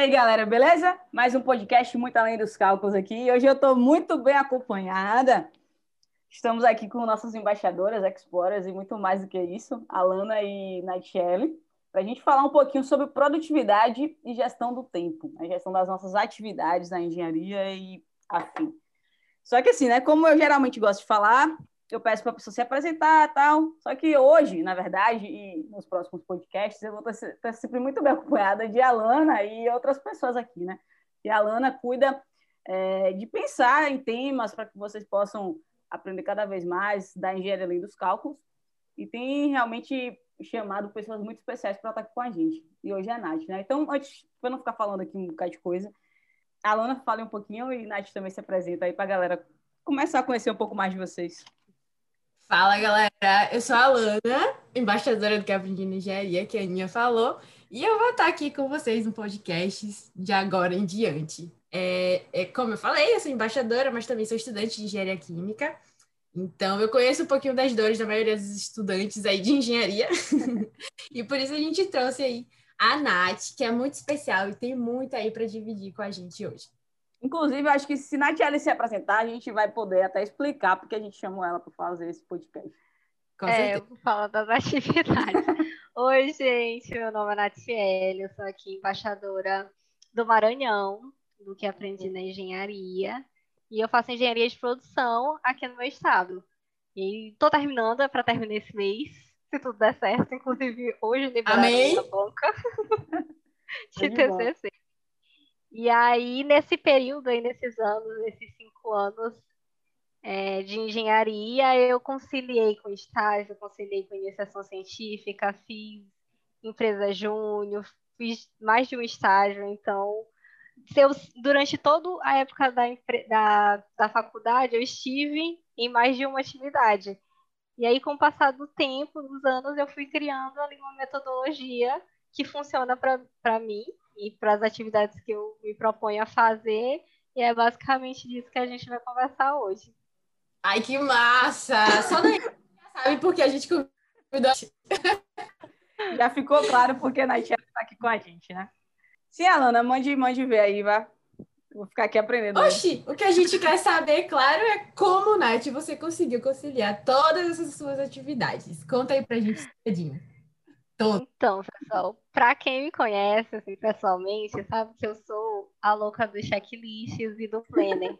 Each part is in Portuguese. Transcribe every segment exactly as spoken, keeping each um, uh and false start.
aí, galera, beleza? Mais um podcast Muito Além dos Cálculos aqui. Hoje eu estou muito bem acompanhada. Estamos aqui com nossas embaixadoras, explorers e muito mais do que isso, Alana e Natiele, para a gente falar um pouquinho sobre produtividade e gestão do tempo, a gestão das nossas atividades na engenharia e afim. Só que assim, né, como eu geralmente gosto de falar, eu peço para a pessoa se apresentar e tal, só que hoje, na verdade, e nos próximos podcasts, eu vou estar sempre muito bem acompanhada de Alana e outras pessoas aqui, né? E a Alana cuida é, de pensar em temas para que vocês possam aprender cada vez mais da engenharia além dos cálculos, e tem realmente chamado pessoas muito especiais para estar aqui com a gente. E hoje é a Nath, né? Então, antes, para não ficar falando aqui um bocado de coisa, a Alana fale um pouquinho e a Nath também se apresenta aí para a galera começar a conhecer um pouco mais de vocês. Fala, galera! Eu sou a Alana, embaixadora do Que Aprendi na Engenharia, que a Aninha falou, e eu vou estar aqui com vocês no podcast de agora em diante. É, é, como eu falei, eu sou embaixadora, mas também sou estudante de Engenharia Química, então eu conheço um pouquinho das dores da maioria dos estudantes aí de Engenharia, e por isso a gente trouxe aí a Nath, que é muito especial e tem muito aí para dividir com a gente hoje. Inclusive, acho que se Natiele se apresentar, a gente vai poder até explicar porque a gente chamou ela para fazer esse podcast. Com é, certeza. eu vou falar das atividades. Oi, gente, meu nome é Natiele, eu sou aqui embaixadora do Maranhão, do Que Aprendi na Engenharia, e eu faço engenharia de produção aqui no meu estado. E estou terminando, é para terminar esse mês, se tudo der certo. Inclusive, hoje liberaram Amém. minha banca de T C C. E aí, nesse período, aí, nesses anos, nesses cinco anos é, de engenharia, eu conciliei com estágio, conciliei com iniciação científica, fiz empresa júnior, fiz mais de um estágio. Então, eu, durante toda a época da, da, da faculdade, eu estive em mais de uma atividade. E aí, com o passar do tempo, dos anos, eu fui criando ali uma metodologia que funciona para mim e para as atividades que eu me proponho a fazer, e é basicamente disso que a gente vai conversar hoje. Ai, que massa! Só daí já sabe porque a gente convidou. Já ficou claro porque a Nath está aqui com a gente, né? Sim, Alana, mande, mande ver aí, vá. Vou ficar aqui aprendendo. Oxi, mesmo. O que a gente quer saber, claro, é como, Nath, você conseguiu conciliar todas essas suas atividades. Conta aí pra gente cedinho. Todo. Então, pessoal, para quem me conhece assim, pessoalmente, sabe que eu sou a louca dos checklists e do planner.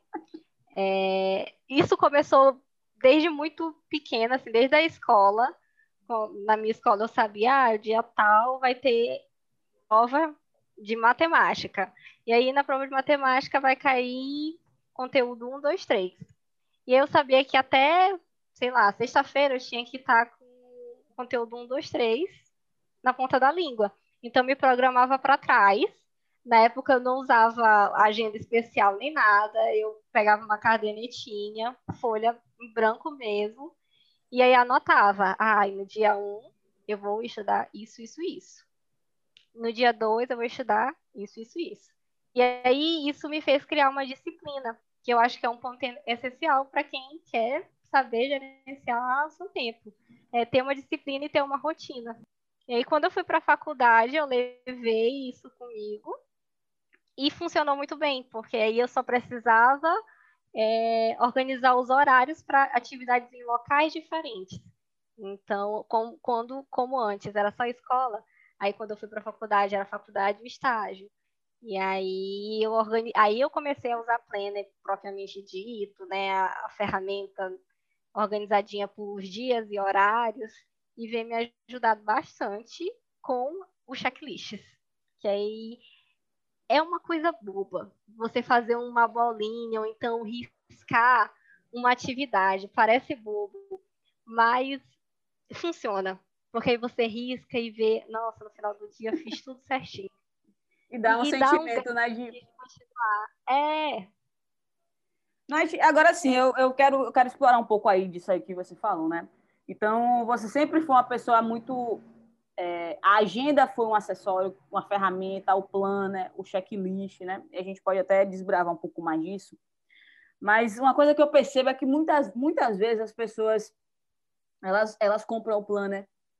É, isso começou desde muito pequena, assim, desde a escola. Na minha escola eu sabia, ah, o dia tal vai ter prova de matemática. E aí na prova de matemática vai cair conteúdo um, dois, três. E eu sabia que até, sei lá, sexta-feira eu tinha que estar com conteúdo um, dois, três na ponta da língua. Então, me programava para trás. Na época, eu não usava agenda especial nem nada. Eu pegava uma cadernetinha, folha em branco mesmo, e aí anotava. Ah, no dia um, eu vou estudar isso, isso, isso. No dia dois, eu vou estudar isso, isso, isso. E aí, isso me fez criar uma disciplina, que eu acho que é um ponto essencial para quem quer saber gerenciar o seu tempo. É ter uma disciplina e ter uma rotina. E aí, quando eu fui para a faculdade, eu levei isso comigo e funcionou muito bem, porque aí eu só precisava é, organizar os horários para atividades em locais diferentes. Então, com, quando, como antes era só escola, aí quando eu fui para a faculdade, era faculdade e estágio. E aí eu, organi... aí eu comecei a usar Planner propriamente dito, né, a, a ferramenta organizadinha por dias e horários, e vem me ajudado bastante com os checklists, que aí é uma coisa boba, você fazer uma bolinha ou então riscar uma atividade, parece bobo, mas funciona, porque aí você risca e vê, nossa, no final do dia fiz tudo certinho. E dá um e sentimento, dá um né, de... de continuar. É. Mas, agora sim, eu, eu, quero, eu quero explorar um pouco aí disso aí que você falou, né? Então, você sempre foi uma pessoa muito... É, a agenda foi um acessório, uma ferramenta, o planner, o checklist, né? E a gente pode até desbravar um pouco mais disso. Mas uma coisa que eu percebo é que muitas, muitas vezes as pessoas elas, elas compram o planner,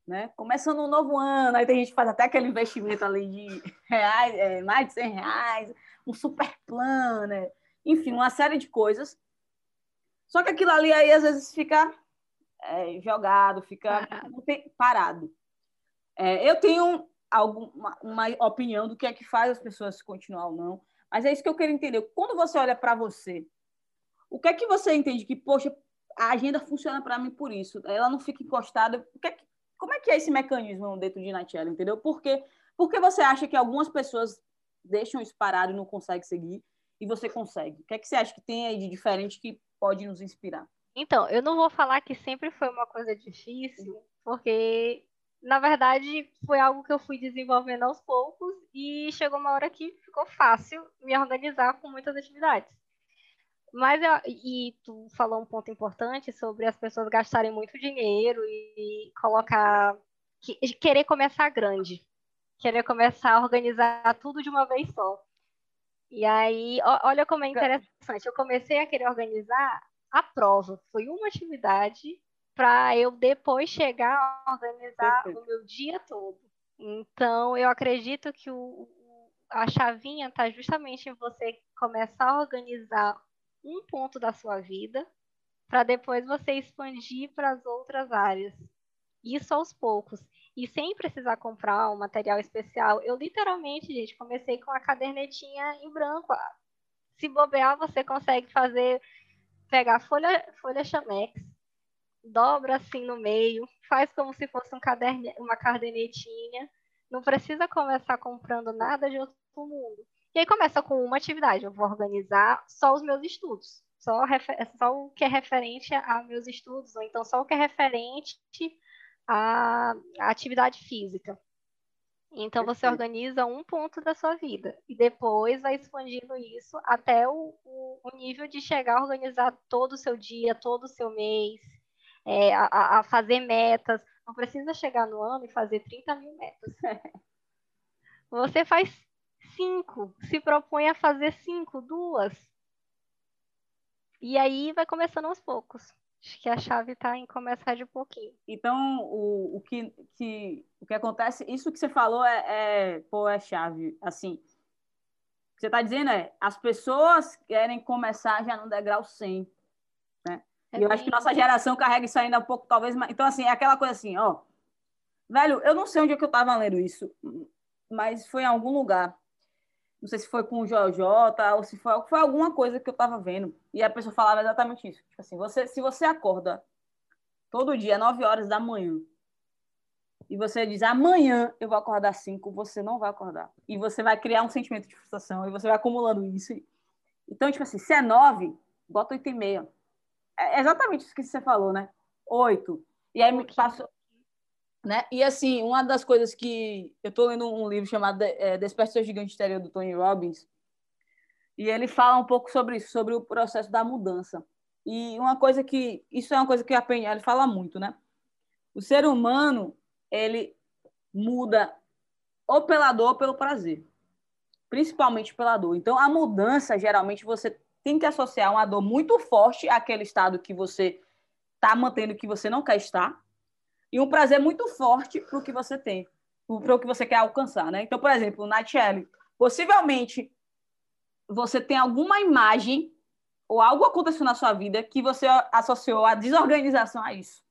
né? Começando um novo ano, aí tem gente que faz até aquele investimento ali de reais, é, mais de cem reais, um super planner, enfim, uma série de coisas. Só que aquilo ali aí às vezes fica é, jogado, fica Parado. parado. É, eu tenho alguma, uma opinião do que é que faz as pessoas continuar ou não, mas é isso que eu quero entender. Quando você olha para você, o que é que você entende que, poxa, a agenda funciona para mim por isso, ela não fica encostada, o que é que, como é que é esse mecanismo dentro de Nightshell, entendeu? Por quê? Porque você acha que algumas pessoas deixam isso parado e não conseguem seguir, e você consegue? O que é que você acha que tem aí de diferente que pode nos inspirar? Então, eu não vou falar que sempre foi uma coisa difícil, porque, na verdade, foi algo que eu fui desenvolvendo aos poucos e chegou uma hora que ficou fácil me organizar com muitas atividades. Mas, eu, e tu falou um ponto importante sobre as pessoas gastarem muito dinheiro e colocar, que- querer começar grande, querer começar a organizar tudo de uma vez só. E aí, ó- olha como é interessante. Eu comecei a querer organizar a prova. Foi uma atividade para eu depois chegar a organizar o Perfeito. meu dia todo. Então, eu acredito que o, o- a chavinha está justamente em você começar a organizar um ponto da sua vida para depois você expandir para as outras áreas. Isso aos poucos. E sem precisar comprar um material especial. Eu literalmente, gente, comecei com a cadernetinha em branco. Se bobear, você consegue fazer, pegar folha, folha chamex, dobra assim no meio, faz como se fosse um caderne, uma cadernetinha. Não precisa começar comprando nada de outro mundo. E aí começa com uma atividade. Eu vou organizar só os meus estudos. Só, só o que é referente a meus estudos, ou então só o que é referente à, à atividade física. Então você Perfeito. organiza um ponto da sua vida e depois vai expandindo isso até o, o, o nível de chegar a organizar todo o seu dia, todo o seu mês, é, a, a fazer metas. Não precisa chegar no ano e fazer trinta mil metas. Você faz cinco, se propõe a fazer cinco, duas. E aí vai começando aos poucos. Acho que a chave está em começar de pouquinho. Então, o, o, que, que, o que acontece, isso que você falou é, é, pô, é chave. Assim, o que você está dizendo é, as pessoas querem começar já no degrau cem, né? É E eu acho que bem nossa geração carrega isso ainda um pouco, talvez, mais. Então, assim, é aquela coisa assim, ó, velho, eu não sei onde é que eu estava lendo isso, mas foi em algum lugar. Não sei se foi com o J J ou se foi, foi alguma coisa que eu estava vendo. E a pessoa falava exatamente isso. Tipo assim, você, se você acorda todo dia, nove horas da manhã, e você diz, amanhã eu vou acordar às cinco, você não vai acordar. E você vai criar um sentimento de frustração, e você vai acumulando isso. Então, tipo assim, se é nove, bota oito e meia. É exatamente isso que você falou, né? Oito. E aí me pouquinho. passou, né? E assim, uma das coisas que eu estou lendo um livro chamado é, Desperte Seu Gigante Interior, do Tony Robbins, e ele fala um pouco sobre isso, sobre o processo da mudança. E uma coisa que, isso é uma coisa que a P N L fala muito, né? O ser humano, ele muda ou pela dor ou pelo prazer, principalmente pela dor. Então, a mudança, geralmente, você tem que associar uma dor muito forte àquele estado que você está mantendo, que você não quer estar, e um prazer muito forte para o que você tem, para o que você quer alcançar, né? Então, por exemplo, Nightshell, possivelmente você tem alguma imagem ou algo aconteceu na sua vida que você associou a desorganização a isso.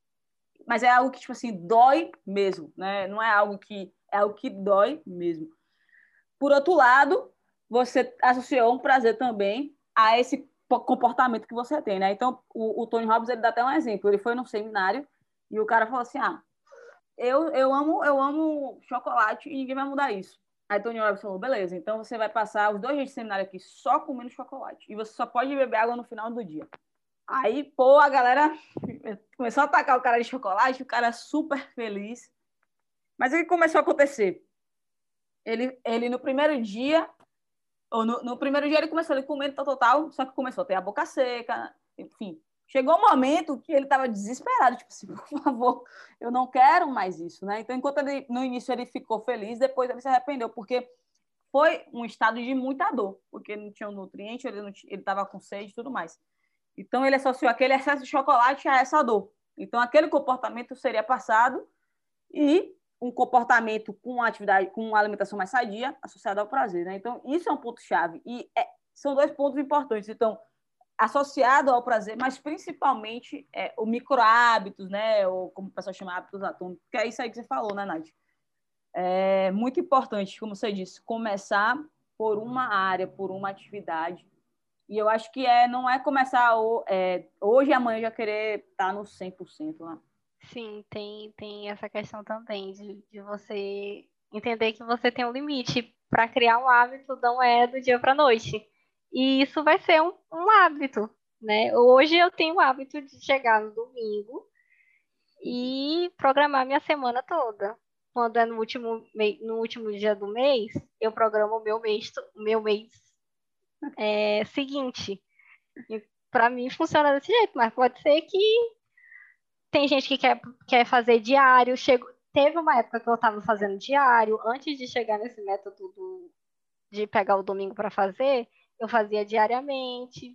Mas é algo que, tipo assim, dói mesmo, né? Não é algo que... É algo que dói mesmo. Por outro lado, você associou um prazer também a esse comportamento que você tem, né? Então, o, o Tony Robbins, ele dá até um exemplo. Ele foi num seminário e o cara falou assim, ah, eu, eu, amo, eu amo chocolate e ninguém vai mudar isso. Aí Tony Robbins falou, beleza, então você vai passar os dois dias de seminário aqui só comendo chocolate. E você só pode beber água no final do dia. Aí, pô, a galera começou a atacar o cara de chocolate, o cara super feliz. Mas o que começou a acontecer? Ele, ele no primeiro dia, ou no, no primeiro dia ele começou a comer total, só que começou a ter a boca seca, enfim. Chegou um momento que ele estava desesperado, tipo assim, por favor, eu não quero mais isso, né? Então, enquanto ele, no início ele ficou feliz, depois ele se arrependeu, porque foi um estado de muita dor, porque não tinha um nutriente, ele estava com sede e tudo mais. Então, ele associou aquele excesso de chocolate a essa dor. Então, aquele comportamento seria passado e um comportamento com atividade, com uma alimentação mais sadia associada ao prazer, né? Então, isso é um ponto-chave. E é, são dois pontos importantes. Então, associado ao prazer, mas principalmente é, o micro-hábitos, né? Ou como o pessoal chama, hábitos atômicos, que é isso aí que você falou, né, Nath? É muito importante, como você disse, começar por uma área, por uma atividade. E eu acho que é, não é começar é, hoje e amanhã já querer estar no cem por cento lá. Sim, tem, tem essa questão também de, de você entender que você tem um limite. Para criar um hábito não é do dia para a noite. E isso vai ser um, um hábito, né? Hoje eu tenho o hábito de chegar no domingo e programar minha semana toda. Quando é no último, no último dia do mês, eu programo o meu mês, o meu mês é, seguinte. Para mim funciona desse jeito, mas pode ser que tem gente que quer, quer fazer diário. Chego, teve uma época que eu estava fazendo diário, antes de chegar nesse método do, de pegar o domingo para fazer, eu fazia diariamente.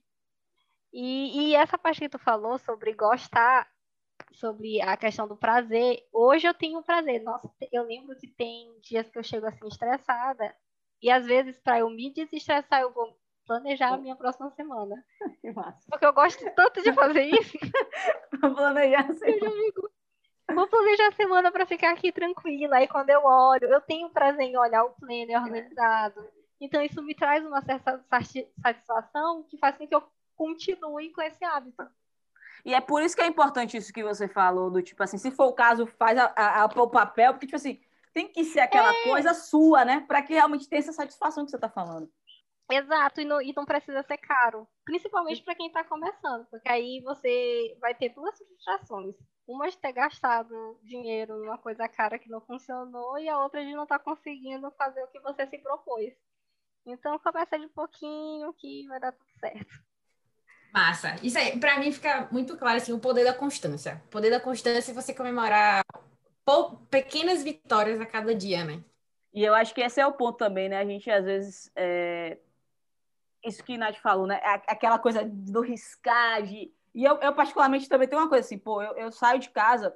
E, e essa parte que tu falou sobre gostar, sobre a questão do prazer, hoje eu tenho prazer. Nossa, eu lembro que tem dias que eu chego assim estressada, e às vezes, para eu me desestressar, eu vou planejar a minha próxima semana. Que massa. Porque eu gosto tanto de fazer isso. Vou planejar a semana. Eu já fico, vou planejar a semana para ficar aqui tranquila. Aí quando eu olho, eu tenho prazer em olhar o pleno e organizado. Então isso me traz uma certa satisfação que faz com que eu continue com esse hábito. E é por isso que é importante isso que você falou, do tipo assim, se for o caso, faz a, a, a, o papel, porque, tipo assim, tem que ser aquela é. coisa sua, né? Para que realmente tenha essa satisfação que você está falando. Exato, e não, e não precisa ser caro. Principalmente para quem está começando, porque aí você vai ter duas frustrações. Uma de ter gastado dinheiro numa coisa cara que não funcionou, e a outra de não estar tá conseguindo fazer o que você se propôs. Então começa de pouquinho que vai dar tudo certo. Massa. Isso aí, para mim fica muito claro assim, o poder da constância. O poder da constância é você comemorar pequenas vitórias a cada dia, né? E eu acho que esse é o ponto também, né? A gente, às vezes, é... isso que a Nath falou, né? Aquela coisa do riscar, de... E eu, eu, particularmente, também tenho uma coisa assim, pô, eu, eu saio de casa,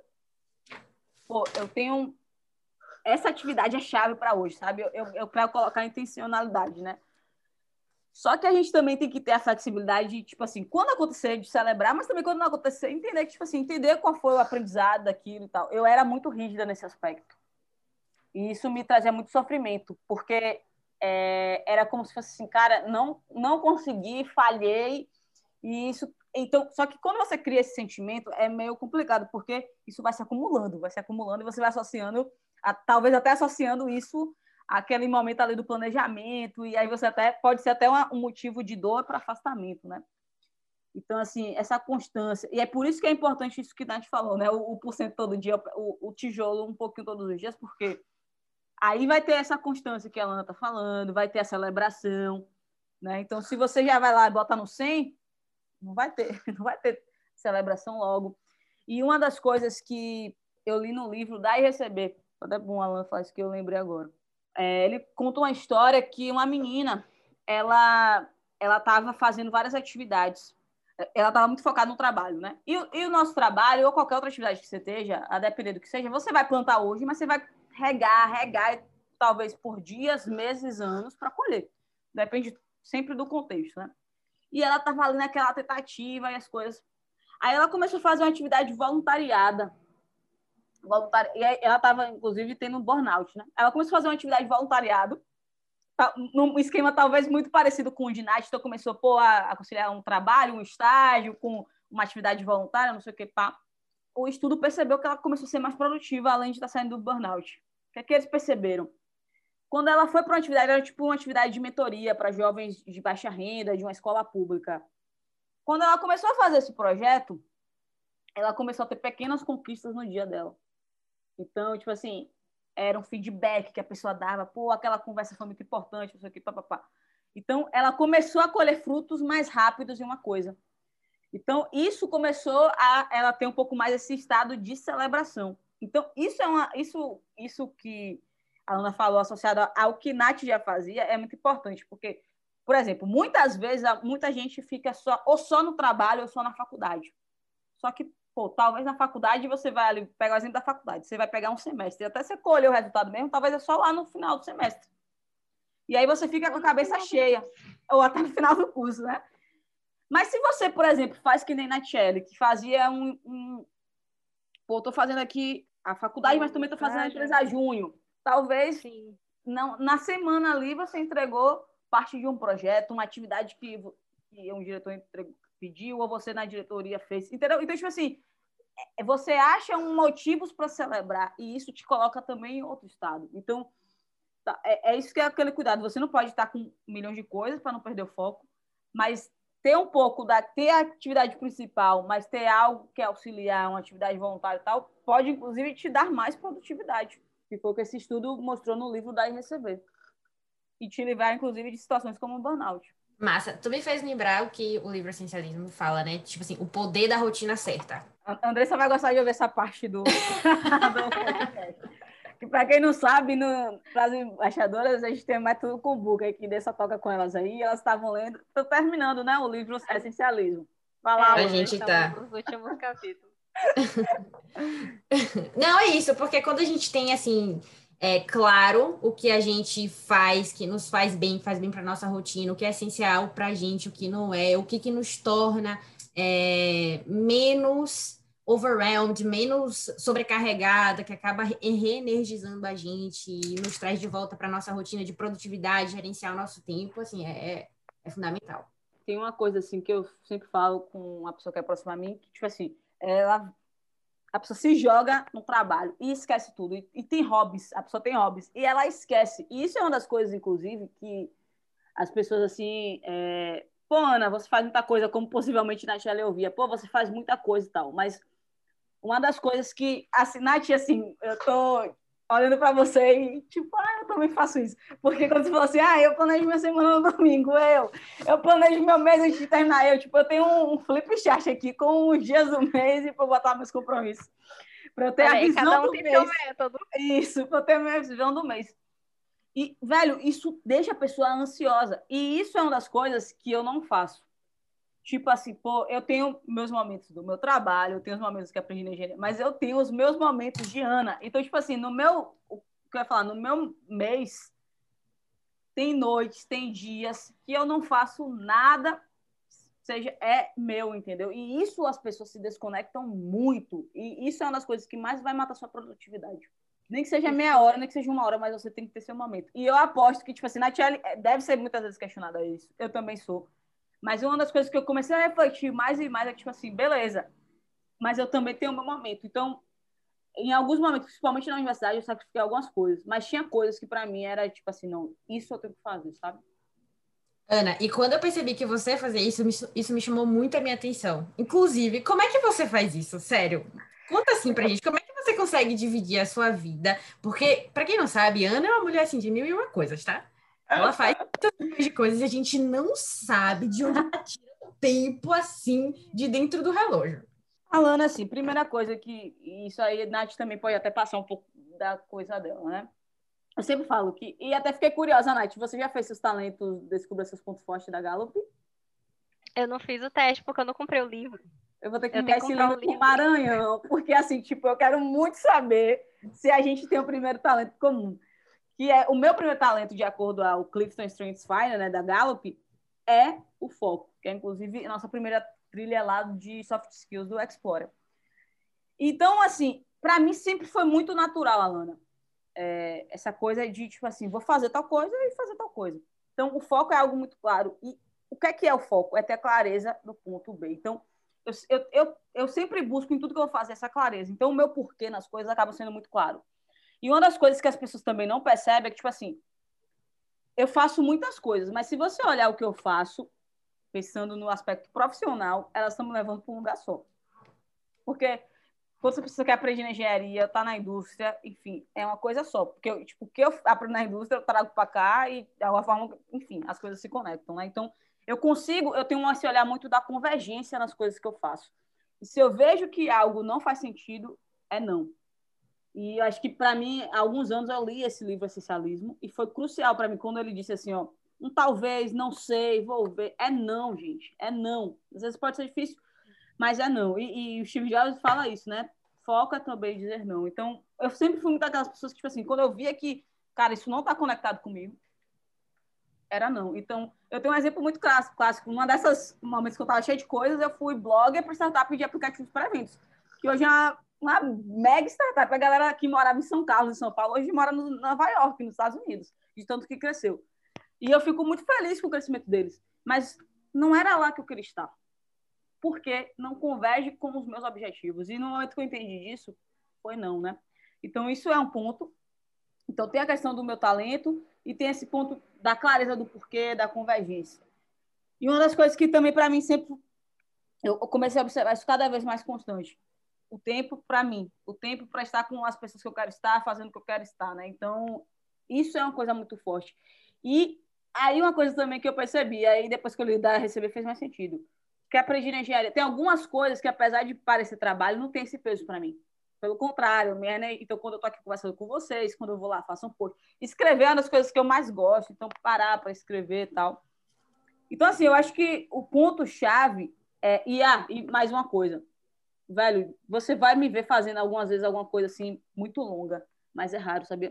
pô, eu tenho... Essa atividade é chave para hoje, sabe? Eu, eu, eu quero colocar intencionalidade, né? Só que a gente também tem que ter a flexibilidade de, tipo assim, quando acontecer, de celebrar, mas também quando não acontecer, entender que, tipo assim, entender qual foi o aprendizado daquilo e tal. Eu era muito rígida nesse aspecto. E isso me trazia muito sofrimento, porque é, era como se fosse assim, cara, não, não consegui, falhei, e isso... Então, só que quando você cria esse sentimento, é meio complicado, porque isso vai se acumulando, vai se acumulando, e você vai associando, a, talvez até associando isso aquele momento ali do planejamento, e aí você até pode ser até uma, um motivo de dor para afastamento, né? Então, assim, essa constância, e é por isso que é importante isso que a Nath falou, né? O, o porcento todo dia, o, o tijolo um pouquinho todos os dias, porque aí vai ter essa constância que a Lana está falando, vai ter a celebração, né? Então, se você já vai lá e bota no cem, não vai ter, não vai ter celebração logo. E uma das coisas que eu li no livro Dar e Receber, até bom a Lana falar isso que eu lembrei agora. É, ele conta uma história que uma menina, ela ela estava fazendo várias atividades. Ela estava muito focada no trabalho, né? E, e o nosso trabalho, ou qualquer outra atividade que você esteja, a depender do que seja, você vai plantar hoje, mas você vai regar, regar, talvez por dias, meses, anos, para colher. Depende sempre do contexto, né? E ela estava ali naquela tentativa e as coisas. Aí ela começou a fazer uma atividade voluntariada. Voluntari... E ela estava, inclusive, tendo um burnout, né? Ela começou a fazer uma atividade de voluntariado, num esquema talvez muito parecido com o de Nath. Então começou pô, a conciliar um trabalho, um estágio, com uma atividade voluntária, não sei o que, pá. O estudo percebeu que ela começou a ser mais produtiva, além de estar saindo do burnout. O que é que eles perceberam? Quando ela foi para uma atividade, era tipo uma atividade de mentoria para jovens de baixa renda, de uma escola pública. Quando ela começou a fazer esse projeto, ela começou a ter pequenas conquistas no dia dela. Então, tipo assim, era um feedback que a pessoa dava, pô, aquela conversa foi muito importante, não sei o que, papapá. Então, ela começou a colher frutos mais rápidos em uma coisa. Então, isso começou a ela ter um pouco mais esse estado de celebração. Então, isso é uma, isso, isso que a Ana falou, associado ao que Nath já fazia, é muito importante, porque, por exemplo, muitas vezes muita gente fica só, ou só no trabalho ou só na faculdade. Só que pô, talvez na faculdade você vai ali, pega o exemplo da faculdade, você vai pegar um semestre, até você colher o resultado mesmo, talvez é só lá no final do semestre. E aí você fica com a cabeça cheia, ou até no final do curso, né? Mas se você, por exemplo, faz que nem na Tchelle, que fazia um... um... Pô, tô fazendo aqui a faculdade, mas também tô fazendo a empresa junho. Talvez não, na semana ali você entregou parte de um projeto, uma atividade que, que um diretor entregou, pediu, ou você na diretoria fez. Entendeu? Então, tipo assim, você acha um motivos para celebrar e isso te coloca também em outro estado. Então, tá, é, é isso que é aquele cuidado. Você não pode estar com milhões de coisas para não perder o foco, mas ter um pouco da ter a atividade principal, mas ter algo que auxiliar, uma atividade voluntária e tal, pode inclusive te dar mais produtividade, que foi o que esse estudo mostrou no livro Dar e Receber, e te livrar inclusive de situações como o burnout. Massa, tu me fez lembrar o que o livro Essencialismo fala, né? Tipo assim, o poder da rotina certa. A Andressa vai gostar de ouvir essa parte do, do podcast. Que para quem não sabe, no, para as embaixadoras, a gente tem um método Kumbuka, que dessa toca com elas aí, elas estavam lendo, estão terminando, né, o livro Essencialismo. Fala, é, a gente tá nos últimos capítulos. Não, é isso, porque quando a gente tem, assim, é claro o que a gente faz, que nos faz bem, faz bem para nossa rotina, o que é essencial para a gente, o que não é, o que, que nos torna é, menos overwhelmed, menos sobrecarregada, que acaba reenergizando a gente e nos traz de volta para nossa rotina de produtividade, gerenciar o nosso tempo, assim, é, é fundamental. Tem uma coisa, assim, que eu sempre falo com uma pessoa que é próxima a mim, que, tipo assim, ela... A pessoa se joga no trabalho e esquece tudo. E, e tem hobbies, a pessoa tem hobbies. E ela esquece. E isso é uma das coisas, inclusive, que as pessoas, assim... É... Pô, Ana, você faz muita coisa, como possivelmente na Tchelle eu via. Pô, você faz muita coisa e tal. Mas uma das coisas que... Assim, Nath, assim, eu tô olhando para você e, tipo, ah, eu também faço isso. Porque quando você falou assim, ah, eu planejo minha semana no domingo, eu. Eu planejo meu mês antes de terminar, eu. Tipo, eu tenho um flip chart aqui com os dias do mês e para botar meus compromissos. Para eu ter Olha a aí, visão cada um do tem mês. seu método. Isso, para eu ter a minha visão do mês. E, velho, isso deixa a pessoa ansiosa. E isso é uma das coisas que eu não faço. Tipo assim, pô, eu tenho meus momentos do meu trabalho, eu tenho os momentos que aprendi na engenharia, mas eu tenho os meus momentos de Ana. Então, tipo assim, no meu, o que eu ia falar, no meu mês, tem noites, tem dias que eu não faço nada, seja, é meu, entendeu? E isso as pessoas se desconectam muito. E isso é uma das coisas que mais vai matar sua produtividade. Nem que seja meia hora, nem que seja uma hora, mas você tem que ter seu momento. E eu aposto que, tipo assim, na Tchelle deve ser muitas vezes questionada isso. Eu também sou. Mas uma das coisas que eu comecei a refletir mais e mais é tipo assim, beleza, mas eu também tenho o meu momento. Então, em alguns momentos, principalmente na universidade, eu sacrifiquei algumas coisas, mas tinha coisas que para mim era tipo assim, não, isso eu tenho que fazer, sabe? Ana, e quando eu percebi que você fazia isso, isso me chamou muito a minha atenção. Inclusive, como é que você faz isso? Sério, conta assim pra gente, como é que você consegue dividir a sua vida? Porque, pra quem não sabe, Ana é uma mulher assim de mil e uma coisas, tá? Ela faz tantas de coisas e a gente não sabe de onde ela tira o tempo assim de dentro do relógio. Falando assim, primeira coisa que isso aí, a Nath também pode até passar um pouco da coisa dela, né? Eu sempre falo que, e até fiquei curiosa, Nath, você já fez seus talentos, descubra seus pontos fortes da Gallup? Eu não fiz o teste porque eu não comprei o livro. Eu vou ter que Eu enviar tenho que esse comprar livro o pro livro. Maranhão, porque assim, tipo, eu quero muito saber se a gente tem o primeiro talento comum. Que é o meu primeiro talento, de acordo ao Clifton Strengths Finder, né, da Gallup, é o foco, que é inclusive a nossa primeira trilha lá de soft skills do Explorer. Então, assim, para mim sempre foi muito natural, Alana, é, essa coisa de, tipo assim, vou fazer tal coisa e fazer tal coisa. Então, o foco é algo muito claro. E o que é que é o foco? É ter clareza do ponto B. Então, eu, eu, eu, eu sempre busco em tudo que eu faço essa clareza. Então, o meu porquê nas coisas acaba sendo muito claro. E uma das coisas que as pessoas também não percebem é que, tipo assim, eu faço muitas coisas, mas se você olhar o que eu faço, pensando no aspecto profissional, elas estão me levando para um lugar só. Porque quando você precisa que aprender na engenharia, está na indústria, enfim, é uma coisa só. Porque eu, tipo, o que eu aprendo na indústria, eu trago para cá e, de alguma forma, enfim, as coisas se conectam, né? Então, eu consigo, eu tenho esse olhar muito da convergência nas coisas que eu faço. E se eu vejo que algo não faz sentido, é não. E eu acho que, para mim, há alguns anos eu li esse livro Essencialismo e foi crucial para mim quando ele disse assim, ó, um talvez, não sei, vou ver. É não, gente, é não. Às vezes pode ser difícil, mas é não. E, e o Steve Jobs fala isso, né? Foca também em dizer não. Então, eu sempre fui uma daquelas pessoas que, tipo assim, quando eu via que, cara, isso não tá conectado comigo, era não. Então, eu tenho um exemplo muito clássico. clássico. Uma dessas momentos que eu estava cheia de coisas, eu fui blogger para startup de aplicativos para eventos. Que hoje é uma, uma mega startup. A galera que morava em São Carlos, em São Paulo, hoje mora no Nova York, nos Estados Unidos, de tanto que cresceu. E eu fico muito feliz com o crescimento deles. Mas não era lá que eu queria estar. Porque não converge com os meus objetivos. E no momento que eu entendi disso, foi não, né? Então, isso é um ponto. Então, tem a questão do meu talento e tem esse ponto da clareza do porquê, da convergência. E uma das coisas que também, para mim, sempre... Eu comecei a observar isso cada vez mais constante. O tempo para mim. O tempo para estar com as pessoas que eu quero estar, fazendo o que eu quero estar, né? Então, isso é uma coisa muito forte. E aí, uma coisa também que eu percebi, aí depois que eu li da receber, fez mais sentido. Que aprendi na engenharia. Tem algumas coisas que, apesar de parecer trabalho, não tem esse peso para mim. Pelo contrário, né? Então, quando eu tô aqui conversando com vocês, quando eu vou lá, faço um post. Escrever é uma das coisas que eu mais gosto, então parar para escrever e tal. Então, assim, eu acho que o ponto-chave é. E, ah, e mais uma coisa, velho, você vai me ver fazendo algumas vezes alguma coisa assim, muito longa, mas é raro, sabia?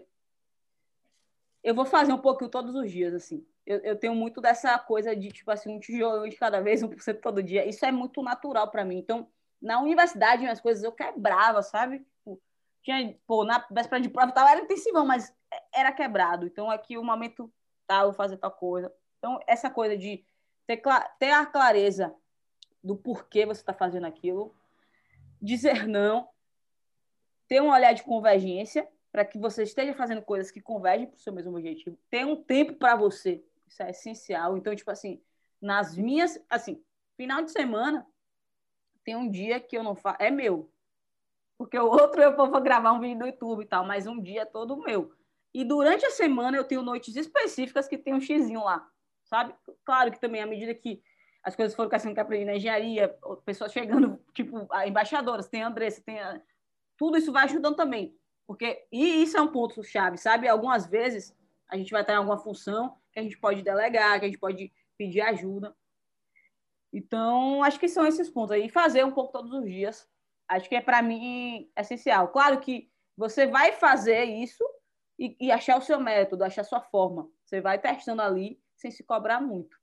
Eu vou fazer um pouquinho todos os dias, assim. Eu, eu tenho muito dessa coisa de, tipo assim, um tijolo de cada vez, um por cento todo dia. Isso é muito natural para mim. Então, na universidade, minhas coisas eu quebrava, sabe? Tipo, tinha, pô, na véspera de prova tava, era intensivão, mas era quebrado. Então, aqui o momento tá, eu vou fazer tal coisa. Então, essa coisa de ter, ter a clareza do porquê você está fazendo aquilo, dizer não, ter um olhar de convergência para que você esteja fazendo coisas que convergem para o seu mesmo objetivo, ter um tempo para você, isso é essencial. Então, tipo assim, nas minhas, assim, final de semana, tem um dia que eu não faço, é meu, porque o outro eu vou gravar um vídeo no YouTube e tal, mas um dia é todo meu. E durante a semana eu tenho noites específicas que tem um xizinho lá, sabe? Claro que também, à medida que as coisas foram crescendo, que aprendi na engenharia, pessoas chegando, tipo, a embaixadoras, tem a Andressa, tem a... Tudo isso vai ajudando também. Porque, e isso é um ponto chave, sabe? Algumas vezes a gente vai estar em alguma função que a gente pode delegar, que a gente pode pedir ajuda. Então, acho que são esses pontos aí. Fazer um pouco todos os dias. Acho que é, para mim, essencial. Claro que você vai fazer isso e, e achar o seu método, achar a sua forma. Você vai testando ali sem se cobrar muito.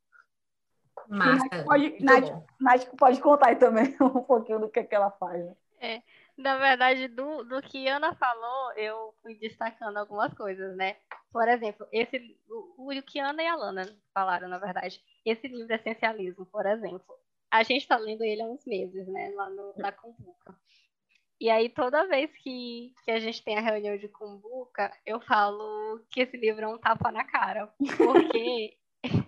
Massa, Nath pode, muito Nath, bom. Nath pode contar aí também um pouquinho do que, que ela faz. Né? É, na verdade, do, do que Ana falou, eu fui destacando algumas coisas, né? Por exemplo, esse, o, o que Ana e a Lana falaram, na verdade. Esse livro Essencialismo, por exemplo. A gente está lendo ele há uns meses, né? Lá no, na Cumbuca. E aí, toda vez que, que a gente tem a reunião de Cumbuca, eu falo que esse livro é um tapa na cara. Porque...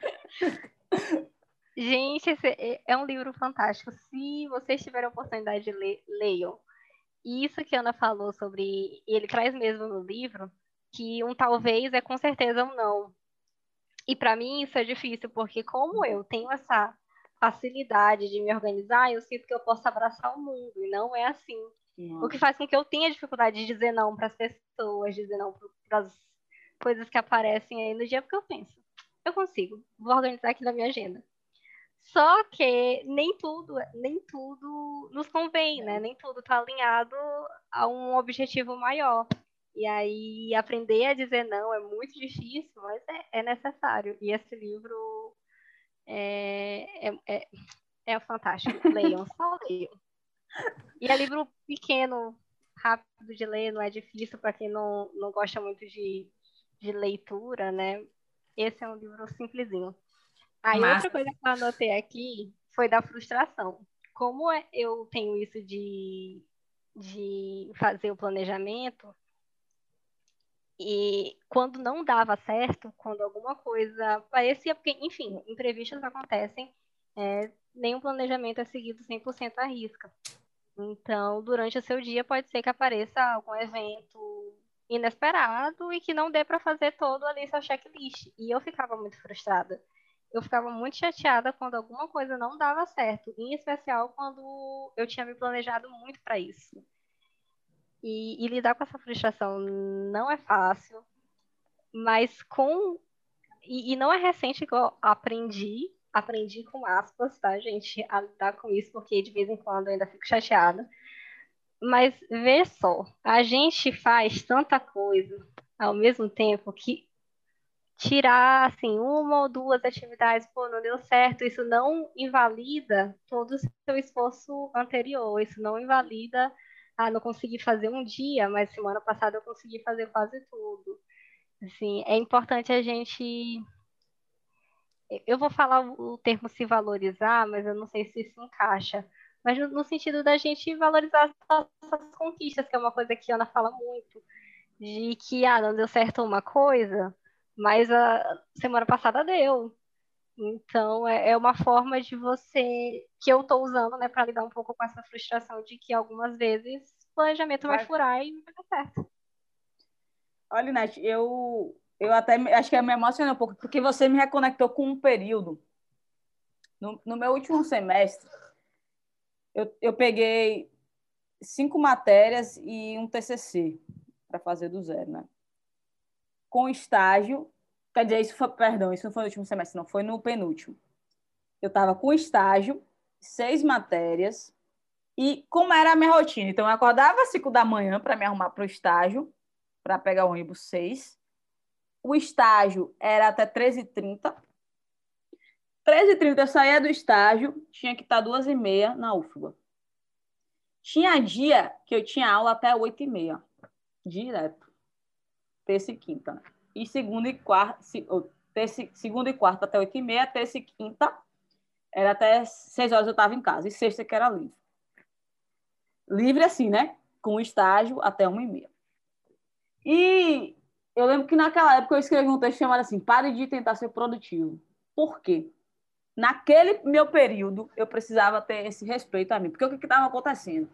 Gente, esse é um livro fantástico. Se vocês tiverem a oportunidade de ler, leiam. E isso que a Ana falou sobre, ele traz mesmo no livro, que um talvez é com certeza um não. E para mim isso é difícil, porque como eu tenho essa facilidade de me organizar, eu sinto que eu posso abraçar o mundo, e não é assim. Nossa. O que faz com que eu tenha dificuldade de dizer não para as pessoas, dizer não para as coisas que aparecem aí no dia, porque eu penso, eu consigo, vou organizar aqui na minha agenda. Só que nem tudo, nem tudo nos convém, né? Nem tudo está alinhado a um objetivo maior. E aí aprender a dizer não é muito difícil, mas é, é necessário. E esse livro é, é, é, é fantástico. Leiam, só leiam. E é livro pequeno, rápido de ler, não é difícil para quem não, não gosta muito de, de leitura, né? Esse é um livro simplesinho. Aí Massa. outra coisa que eu anotei aqui foi da frustração. Como é- eu tenho isso de, de fazer o planejamento, e quando não dava certo, quando alguma coisa parecia, porque, enfim, imprevistos acontecem, é, nenhum planejamento é seguido cem por cento à risca. Então, durante o seu dia, pode ser que apareça algum evento inesperado e que não dê para fazer todo ali seu checklist. E eu ficava muito frustrada. Eu ficava muito chateada quando alguma coisa não dava certo, em especial quando eu tinha me planejado muito para isso. E, e lidar com essa frustração não é fácil, mas com. E, e não é recente que eu aprendi aprendi com aspas, tá, gente, a lidar com isso, porque de vez em quando eu ainda fico chateada. Mas vê só, a gente faz tanta coisa ao mesmo tempo que tirar, assim, uma ou duas atividades, pô, não deu certo, isso não invalida todo o seu esforço anterior, isso não invalida, ah, não consegui fazer um dia, mas semana passada eu consegui fazer quase tudo. Assim, é importante a gente. Eu vou falar o termo se valorizar, mas eu não sei se isso encaixa. Mas no, no sentido da gente valorizar as nossas conquistas, que é uma coisa que a Ana fala muito, de que, ah, não deu certo uma coisa, mas a semana passada deu. Então, é, é uma forma de você, que eu estou usando, né, para lidar um pouco com essa frustração de que algumas vezes o planejamento vai Vai. furar e não vai dar certo. Olha, Nath, eu, eu até me- acho que eu me emocionei um pouco, porque você me reconectou com um período. No, no meu último semestre, eu, eu peguei cinco matérias e um T C C para fazer do zero, né? Com estágio, quer dizer, isso foi, perdão, isso não foi no último semestre, não, foi no penúltimo. Eu estava com estágio, seis matérias, e como era a minha rotina? Então, eu acordava às cinco da manhã para me arrumar para o estágio, para pegar o ônibus seis. O estágio era até treze e trinta. treze e trinta eu saía do estágio, tinha que estar duas e meia na U F B A. Tinha dia que eu tinha aula até oito e meia, direto. Terça e quinta, né? E segunda e quarta, terça, segunda e quarta até oito e meia, terça e quinta era até seis horas eu estava em casa. E sexta que era livre. Livre assim, né? Com estágio até uma e meia. E eu lembro que naquela época eu escrevi um texto chamado assim, pare de tentar ser produtivo. Por quê? Naquele meu período, eu precisava ter esse respeito a mim. Porque o que estava acontecendo?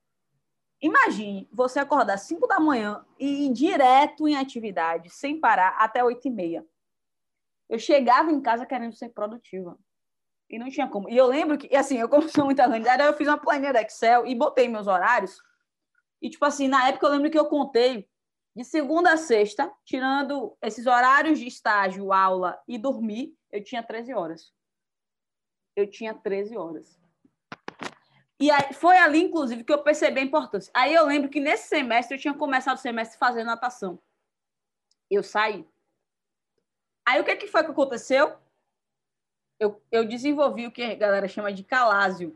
Imagine você acordar às cinco da manhã e ir direto em atividade, sem parar, até oito e meia. Eu chegava em casa querendo ser produtiva. E não tinha como. E eu lembro que, assim, eu como sou muito organizada, eu fiz uma planilha do Excel e botei meus horários. E, tipo assim, na época eu lembro que eu contei de segunda a sexta, tirando esses horários de estágio, aula e dormir, eu tinha treze horas. Eu tinha treze horas. E aí, foi ali, inclusive, que eu percebi a importância. Aí eu lembro que nesse semestre, eu tinha começado o semestre fazendo natação. Eu saí. Aí o que, que foi que aconteceu? Eu, eu desenvolvi o que a galera chama de calásio.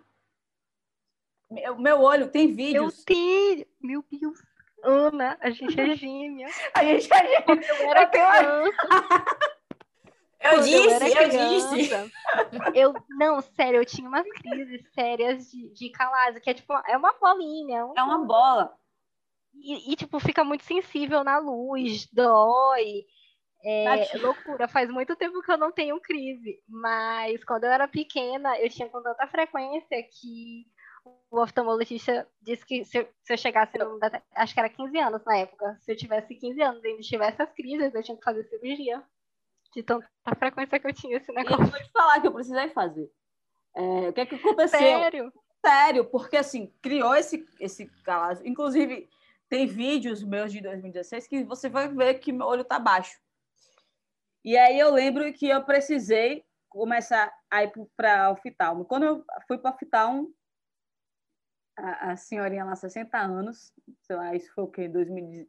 Meu, meu olho tem Eu vídeos. tenho, meu Deus, Ana, a gente é gêmea. A gente, a gente, Quando eu era eu tenho... criança, Eu quando eu disse, era eu disse. criança, eu, não, sério, eu tinha umas crises sérias de, de calásio, que é tipo, é uma bolinha, é uma É uma bola. bola. E, e, tipo, fica muito sensível na luz, dói, é loucura. Faz muito tempo que eu não tenho crise, mas quando eu era pequena, eu tinha com tanta frequência que o oftalmologista disse que se eu, se eu chegasse, no, acho que era quinze anos na época, se eu tivesse quinze anos e ainda tivesse as crises, eu tinha que fazer cirurgia. De tanta frequência que eu tinha esse E eu negócio. vou te falar que eu precisei fazer. É, o que é que aconteceu? Sério? Sério, porque assim, criou esse, esse calásio. Inclusive, tem vídeos meus de dois mil e dezesseis que você vai ver que meu olho tá baixo. E aí eu lembro que eu precisei começar a ir para oftalmo. Quando eu fui para oftalmo, a, a senhorinha lá, sessenta anos, sei lá, isso foi o quê? dois mil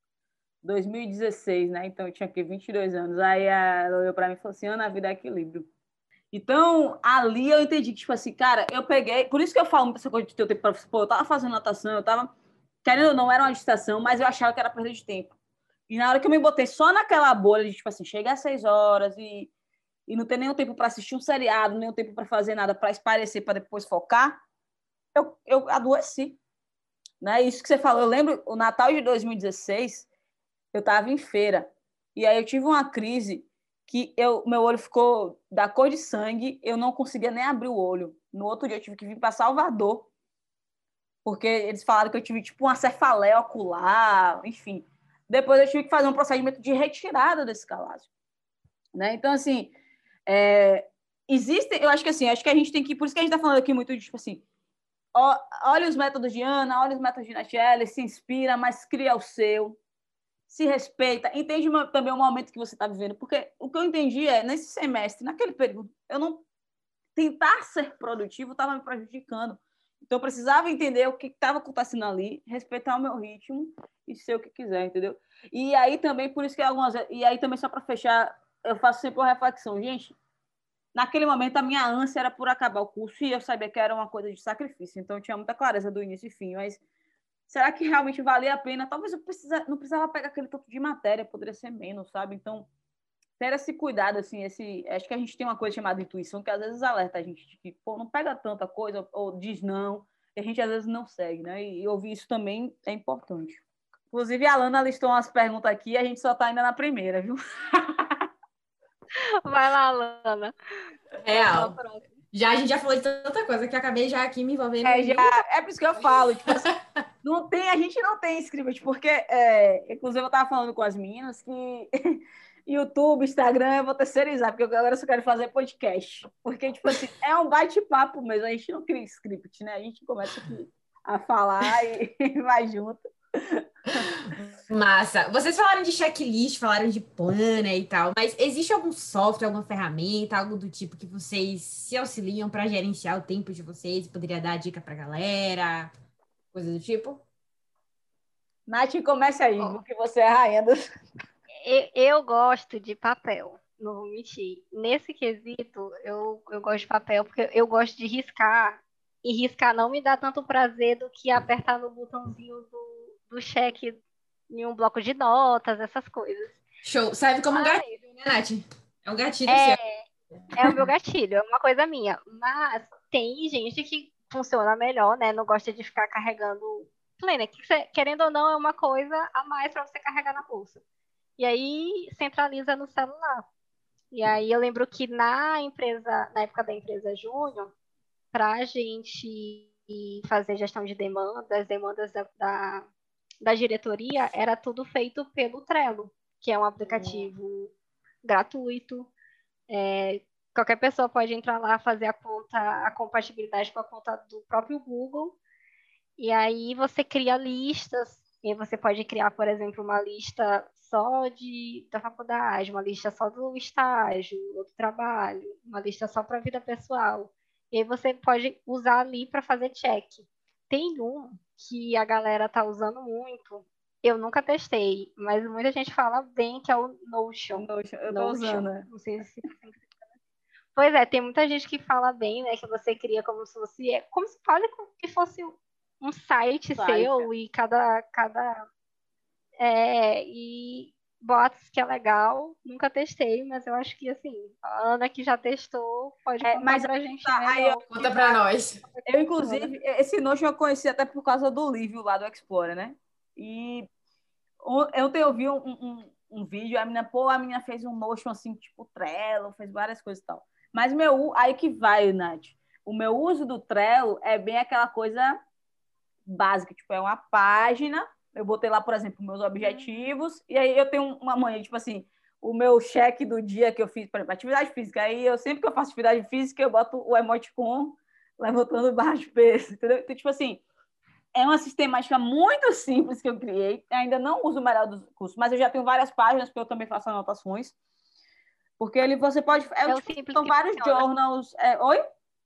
e dezesseis, né? Então eu tinha aqui vinte e dois anos. Aí ela olhou para mim e falou assim: Ana, a vida é equilíbrio. Então, ali eu entendi que, tipo assim, cara, eu peguei. Por isso que eu falo muita coisa de ter o tempo para. Pô, eu tava fazendo natação, eu tava. Querendo ou não, era uma distração, mas eu achava que era perda de tempo. E na hora que eu me botei só naquela bolha de, tipo assim, chegar às seis horas e, e não ter nenhum tempo para assistir um seriado, nenhum tempo para fazer nada, para espairecer, para depois focar, eu, eu adoeci. Né? Isso que você falou, eu lembro, o Natal de dois mil e dezesseis, eu tava em feira. E aí eu tive uma crise que eu, meu olho ficou da cor de sangue, eu não conseguia nem abrir o olho. No outro dia eu tive que vir para Salvador, porque eles falaram que eu tive tipo uma cefaleia ocular, enfim. Depois eu tive que fazer um procedimento de retirada desse calásio. Né? Então, assim, é, existem, eu acho que assim, acho que a gente tem que, por isso que a gente está falando aqui muito de, tipo assim, ó, olha os métodos de Ana, olha os métodos de Natiele, se inspira, mas cria o seu, se respeita, entende uma, também o momento que você está vivendo, porque o que eu entendi é, nesse semestre, naquele período, eu não, tentar ser produtivo estava me prejudicando. Então, eu precisava entender o que estava acontecendo ali, respeitar o meu ritmo e ser o que quiser, entendeu? E aí também, por isso que algumas... E aí também, só para fechar, eu faço sempre uma reflexão. Gente, naquele momento, a minha ânsia era por acabar o curso e eu sabia que era uma coisa de sacrifício. Então, eu tinha muita clareza do início e fim. Mas será que realmente valia a pena? Talvez eu precisa, não precisava pegar aquele tanto de matéria, poderia ser menos, sabe? Então, ter esse cuidado, assim, esse... Acho que a gente tem uma coisa chamada intuição, que às vezes alerta a gente de que, pô, não pega tanta coisa, ou diz não, e a gente às vezes não segue, né? E ouvir isso também é importante. Inclusive, a Alana listou umas perguntas aqui e a gente só tá ainda na primeira, viu? Vai lá, Lana. Real. Já, a gente já falou de tanta coisa que eu acabei já aqui me envolvendo. É, já, é por isso que eu falo, tipo assim, não tem, a gente não tem script, porque, é, inclusive, eu tava falando com as meninas que YouTube, Instagram, eu vou terceirizar, porque agora eu só quero fazer podcast. Porque, tipo assim, é um bate-papo mesmo, a gente não cria script, né? A gente começa aqui a falar e vai junto. Massa. Vocês falaram de checklist, falaram de planner e tal, mas existe algum software, alguma ferramenta, algo do tipo que vocês se auxiliam para gerenciar o tempo de vocês? Poderia dar dica pra galera? Coisa do tipo? Nath, comece aí, Ó, que você é a rainha dos... eu, eu gosto de papel, não vou mentir. Nesse quesito, eu, eu gosto de papel porque eu gosto de riscar. E riscar não me dá tanto prazer do que apertar no botãozinho do, do cheque em um bloco de notas, essas coisas. Show. Serve como um Mas gatilho, né, Nath? É um gatilho seu. é, é o meu gatilho, é uma coisa minha. Mas tem gente que funciona melhor, né? Não gosta de ficar carregando planner, que você- querendo ou não, é uma coisa a mais para você carregar na bolsa. E aí centraliza no celular. E aí eu lembro que na empresa, na época da empresa Júnior, para a gente fazer gestão de demandas, demandas da, da, da diretoria, era tudo feito pelo Trello, que é um aplicativo gratuito. É, qualquer pessoa pode entrar lá, fazer a conta, a compatibilidade com a conta do próprio Google, e aí você cria listas, e aí você pode criar, por exemplo, uma lista só de, da faculdade, uma lista só do estágio, ou do trabalho, uma lista só para a vida pessoal. E aí você pode usar ali para fazer check. Tem um que a galera tá usando muito, eu nunca testei, mas muita gente fala bem que é o Notion. Notion, eu tô Notion. usando, né? Não sei se Pois é, tem muita gente que fala bem, né? Que você cria como se fosse. É, como se quase que fosse um site Site. seu e cada. cada é, e bots que é legal. Nunca testei, mas eu acho que assim, a Ana que já testou pode É, contar mas pra gente tá, aí melhor. eu, Conta pra nós. eu, inclusive, esse Notion eu conheci até por causa do Lívio lá do Explorer, né? E ontem eu vi um, um, um vídeo, a menina, pô, a menina fez um Notion assim, tipo Trello, fez várias coisas e tal. Mas meu, aí que vai, Nath. O meu uso do Trello é bem aquela coisa básica, tipo, é uma página, eu botei lá, por exemplo, meus objetivos, e aí eu tenho uma manhã, tipo assim, o meu cheque do dia que eu fiz, por exemplo, atividade física, aí eu sempre que eu faço atividade física, eu boto o emoticon levantando barra de peso, entendeu? Então, tipo assim, é uma sistemática muito simples que eu criei, eu ainda não uso o melhor dos cursos, mas eu já tenho várias páginas, porque eu também faço anotações, porque ele você pode, é, É o tipo, simples são que vários funciona. journals, é, oi?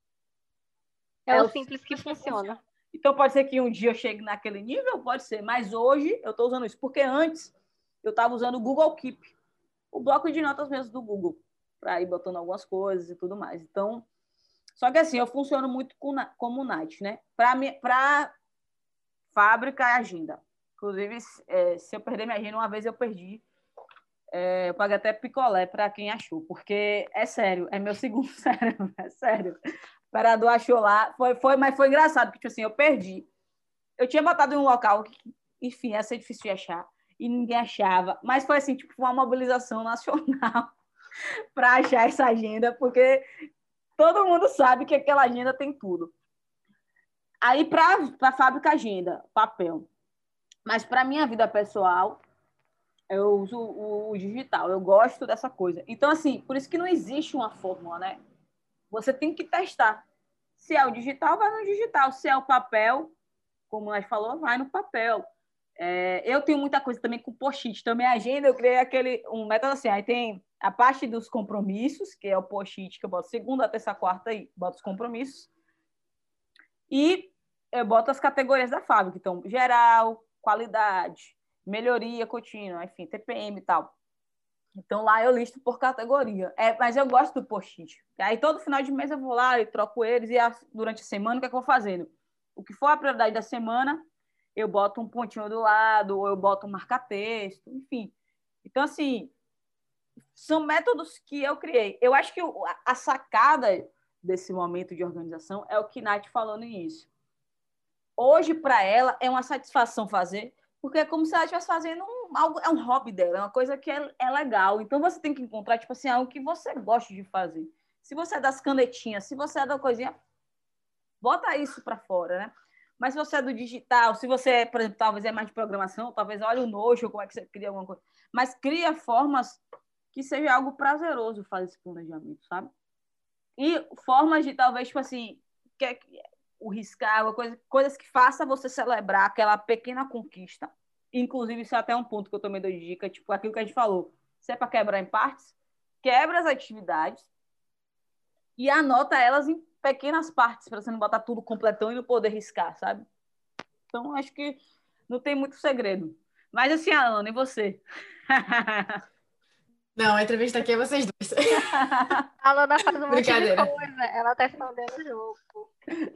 É, É o o simples que simples que funciona. funciona. Então, pode ser que um dia eu chegue naquele nível, pode ser, mas hoje eu estou usando isso, porque antes eu estava usando o Google Keep, o bloco de notas mesmo do Google, para ir botando algumas coisas e tudo mais. Então, só que assim, eu funciono muito com, como Night, né? Para fábrica e agenda. Inclusive, é, se eu perder minha agenda, uma vez eu perdi. É, eu paguei até picolé para quem achou, porque é sério, é meu segundo cérebro, é sério. O operador achou lá, foi, foi, mas foi engraçado, porque tipo assim, eu perdi. Eu tinha botado em um local que, enfim, ia ser difícil de achar, e ninguém achava, mas foi assim, tipo, uma mobilização nacional para achar essa agenda, porque todo mundo sabe que aquela agenda tem tudo. Aí, para a fábrica, agenda, papel. Mas para minha vida pessoal, eu uso o, o digital, eu gosto dessa coisa. Então, assim, por isso que não existe uma fórmula, né? Você tem que testar. Se é o digital, vai no digital. Se é o papel, como nós falou, vai no papel. É, eu tenho muita coisa também com post-it. Então, minha agenda, eu criei aquele, um método assim. Aí tem a parte dos compromissos, que é o post-it, que eu boto segunda, terça, quarta e boto os compromissos. E eu boto as categorias da fábrica. Então, geral, qualidade, melhoria contínua, enfim, T P M e tal. Então, lá eu listo por categoria. É, mas eu gosto do post-it. Aí, todo final de mês, eu vou lá e troco eles. E a, durante a semana, o que, é que eu vou fazendo? O que for a prioridade da semana, eu boto um pontinho do lado, ou eu boto um marca-texto, enfim. Então, assim, são métodos que eu criei. Eu acho que a sacada desse momento de organização é o que Nath falou no início. Hoje, para ela, é uma satisfação fazer, porque é como se ela estivesse fazendo um, algo, é um hobby dela, é uma coisa que é, é legal. Então, você tem que encontrar, tipo assim, algo que você goste de fazer. Se você é das canetinhas, se você é da coisinha, bota isso para fora, né? Mas se você é do digital, se você, por exemplo, talvez é mais de programação, talvez olha o Notion, como é que você cria alguma coisa. Mas cria formas que seja algo prazeroso fazer esse planejamento, sabe? E formas de, talvez, tipo assim, que é, o riscar, coisa, coisas que façam você celebrar aquela pequena conquista. Inclusive, isso é até um ponto que eu também dou de dica, tipo, aquilo que a gente falou. Se é para quebrar em partes, quebra as atividades e anota elas em pequenas partes, para você não botar tudo completão e não poder riscar, sabe? Então, acho que não tem muito segredo. Mas assim, Alana, e você? Não, a entrevista aqui é vocês dois. A Lana faz um monte de Brincadeira. coisa, ela tá escondendo o jogo.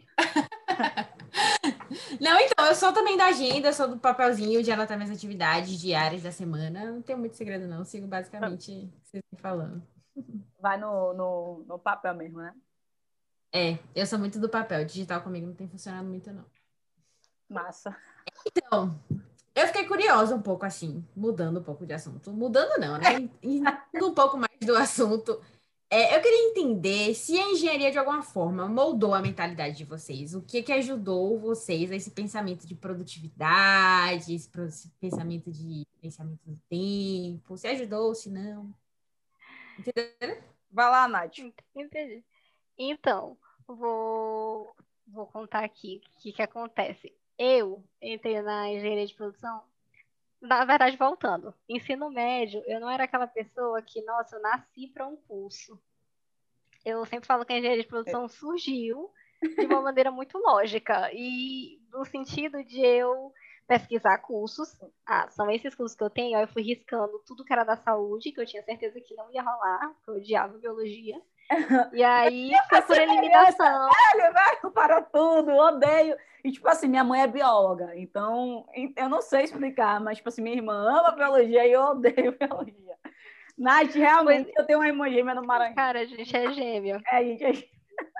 Não, então, eu sou também da agenda, sou do papelzinho de anotar minhas atividades diárias da semana. Não tenho muito segredo, não. Sigo basicamente o que vocês estão falando. Vai no, no, no papel mesmo, né? É, eu sou muito do papel. Digital comigo não tem funcionado muito, não. Massa. Então, eu fiquei curiosa um pouco, assim, mudando um pouco de assunto. Mudando não, né? Indo um pouco mais do assunto. É, eu queria entender se a engenharia, de alguma forma, moldou a mentalidade de vocês. O que que ajudou vocês a esse pensamento de produtividade, esse pro- esse pensamento de pensamento do tempo? Se ajudou, se não? Entendeu? Vai lá, Nath. Entendi. Então, vou, vou contar aqui o que que acontece. Eu entrei na engenharia de produção, na verdade, voltando. Ensino médio, eu não era aquela pessoa que, nossa, eu nasci para um curso. Eu sempre falo que a engenharia de produção surgiu de uma maneira muito lógica e no sentido de eu pesquisar cursos. Ah, são esses cursos que eu tenho. Aí eu fui riscando tudo que era da saúde, que eu tinha certeza que não ia rolar, porque eu odiava biologia. E aí foi por eliminação. Velho, velho, para tudo, odeio. E, tipo assim, minha mãe é bióloga, então eu não sei explicar, mas, tipo assim, minha irmã ama biologia e eu odeio biologia. Nath, realmente, Pois, eu tenho uma irmã gêmea no Maranhão. cara, a gente é gêmea. É, gente, é-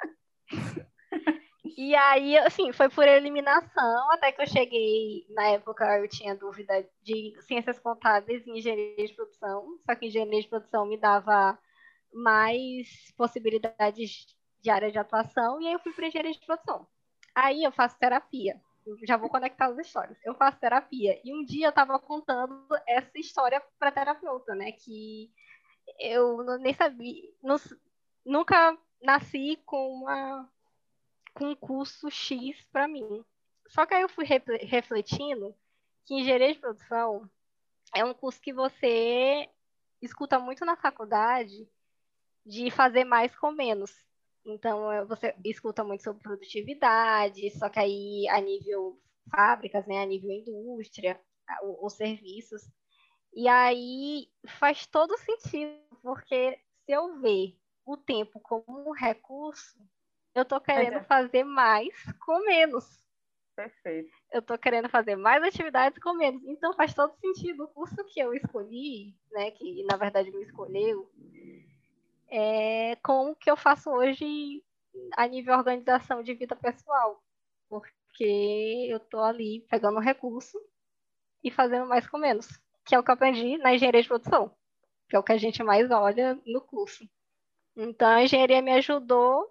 E aí, assim, foi por eliminação, até que eu cheguei, na época eu tinha dúvida de ciências contábeis e engenharia de produção, só que engenharia de produção me dava mais possibilidades de área de atuação, e aí eu fui para engenharia de produção. Aí eu faço terapia, eu já vou conectar as histórias. Eu faço terapia, e um dia eu estava contando essa história para terapeuta, né, que eu não- nem sabia, não- nunca nasci com uma com um curso X para mim. Só que aí eu fui refletindo que engenharia de produção é um curso que você escuta muito na faculdade de fazer mais com menos. Então, é, você escuta muito sobre produtividade, só que aí a nível fábricas, né, a nível indústria, os serviços. E aí faz todo sentido, porque se eu ver o tempo como um recurso, eu tô querendo fazer mais com menos. Perfeito. Eu tô querendo fazer mais atividades com menos. Então faz todo sentido. O curso que eu escolhi, né, que na verdade me escolheu, é com o que eu faço hoje a nível organização de vida pessoal. Porque eu tô ali pegando um recurso e fazendo mais com menos. Que é o que eu aprendi na engenharia de produção. Que é o que a gente mais olha no curso. Então a engenharia me ajudou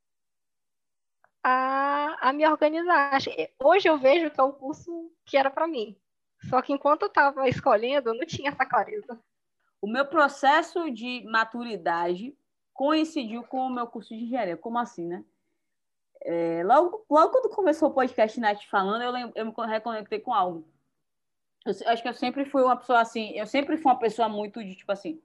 a, a me organizar. Hoje eu vejo que é o curso que era para mim. Só que enquanto eu estava escolhendo, eu não tinha essa clareza. O meu processo de maturidade coincidiu com o meu curso de engenharia. Como assim, né? É, logo, logo quando começou o podcast Nath falando, eu, lembro, eu me reconectei com algo. Eu acho que eu sempre fui uma pessoa assim, eu sempre fui uma pessoa muito de, tipo assim,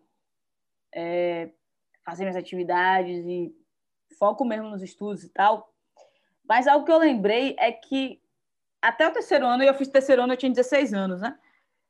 é, fazer minhas atividades e foco mesmo nos estudos e tal. Mas algo que eu lembrei é que até o terceiro ano, e eu fiz terceiro ano, eu tinha dezesseis anos, né?